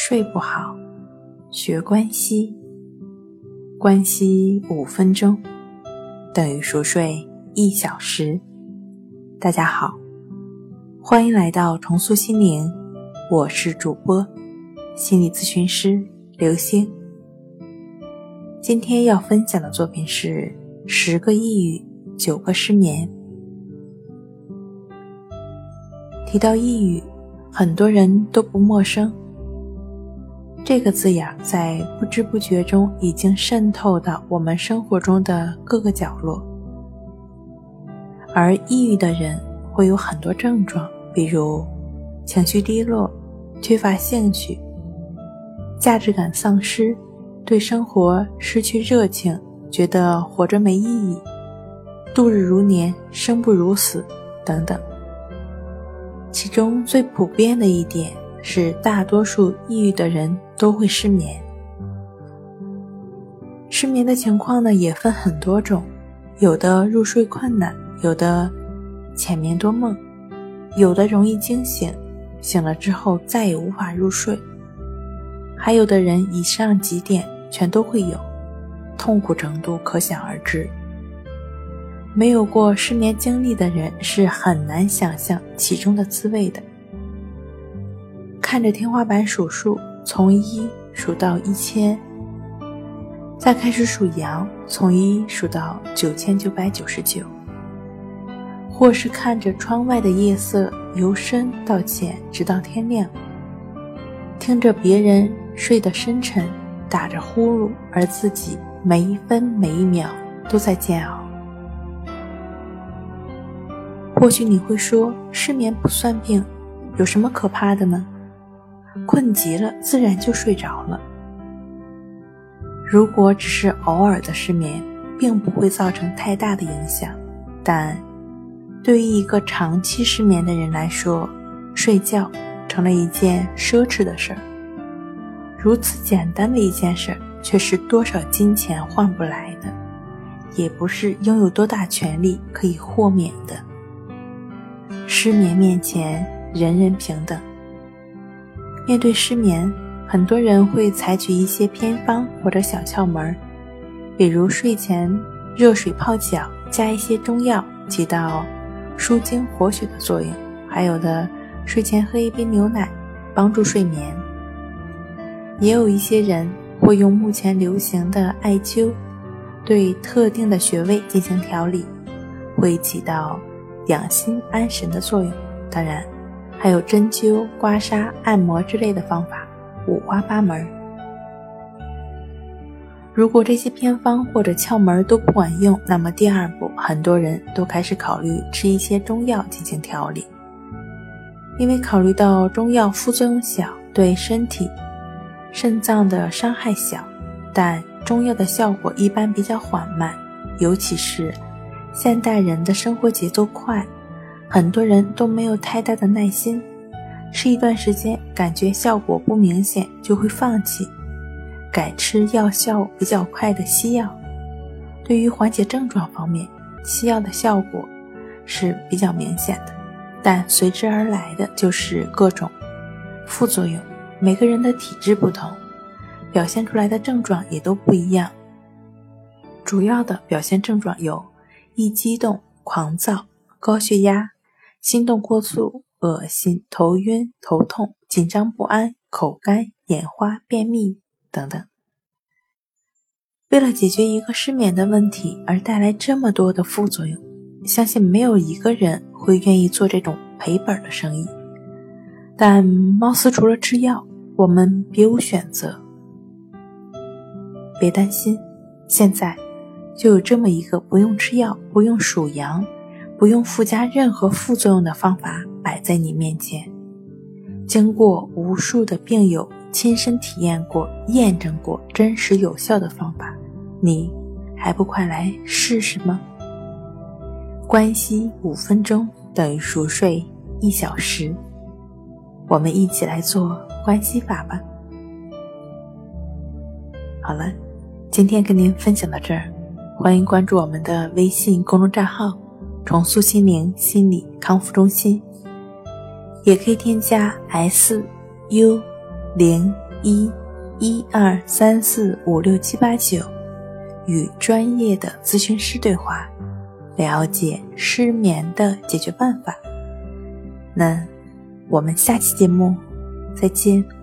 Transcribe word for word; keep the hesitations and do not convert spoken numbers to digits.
睡不好，学关息。关息五分钟等于熟睡一小时。大家好，欢迎来到重塑心灵，我是主播心理咨询师刘星。今天要分享的作品是十个抑郁，九个失眠。提到抑郁，很多人都不陌生，这个字眼在不知不觉中已经渗透到我们生活中的各个角落。而抑郁的人会有很多症状，比如情绪低落、缺乏兴趣、价值感丧失、对生活失去热情，觉得活着没意义、度日如年、生不如死等等。其中最普遍的一点是，大多数抑郁的人都会失眠。失眠的情况呢，也分很多种，有的入睡困难，有的浅眠多梦，有的容易惊醒，醒了之后再也无法入睡，还有的人以上几点全都会有，痛苦程度可想而知。没有过失眠经历的人是很难想象其中的滋味的。看着天花板数数，从一数到一千，再开始数羊，从一数到九千九百九十九，或是看着窗外的夜色由深到浅，直到天亮，听着别人睡得深沉，打着呼噜，而自己每一分每一秒都在煎熬。或许你会说，失眠不算病，有什么可怕的呢？困极了自然就睡着了。如果只是偶尔的失眠，并不会造成太大的影响，但对于一个长期失眠的人来说，睡觉成了一件奢侈的事儿。如此简单的一件事，却是多少金钱换不来的，也不是拥有多大权力可以豁免的。失眠面前，人人平等。面对失眠，很多人会采取一些偏方或者小窍门，比如睡前热水泡脚，加一些中药，起到舒筋活血的作用，还有的睡前喝一杯牛奶，帮助睡眠。也有一些人会用目前流行的艾灸，对特定的穴位进行调理，会起到养心安神的作用。当然还有针灸、刮痧、按摩之类的方法，五花八门。如果这些偏方或者窍门都不管用，那么第二步，很多人都开始考虑吃一些中药进行调理。因为考虑到中药副作用小，对身体肾脏的伤害小，但中药的效果一般比较缓慢，尤其是现代人的生活节奏快，很多人都没有太大的耐心，吃一段时间感觉效果不明显就会放弃，改吃药效比较快的西药。对于缓解症状方面，西药的效果是比较明显的，但随之而来的就是各种副作用。每个人的体质不同，表现出来的症状也都不一样。主要的表现症状有易激动、狂躁、高血压、心动过速、恶心、头晕、头痛、紧张不安、口干、眼花、便秘等等。为了解决一个失眠的问题而带来这么多的副作用，相信没有一个人会愿意做这种赔本的生意。但貌似除了吃药，我们别无选择。别担心，现在就有这么一个不用吃药、不用数羊、不用附加任何副作用的方法摆在你面前。经过无数的病友亲身体验过、验证过真实有效的方法，你还不快来试试吗？关息五分钟等于熟睡一小时，我们一起来做关系法吧。好了，今天跟您分享到这儿，欢迎关注我们的微信公众账号重塑心灵心理康复中心，也可以添加 S U 零一一二三四五六七八九，与专业的咨询师对话，了解失眠的解决办法。那我们下期节目再见。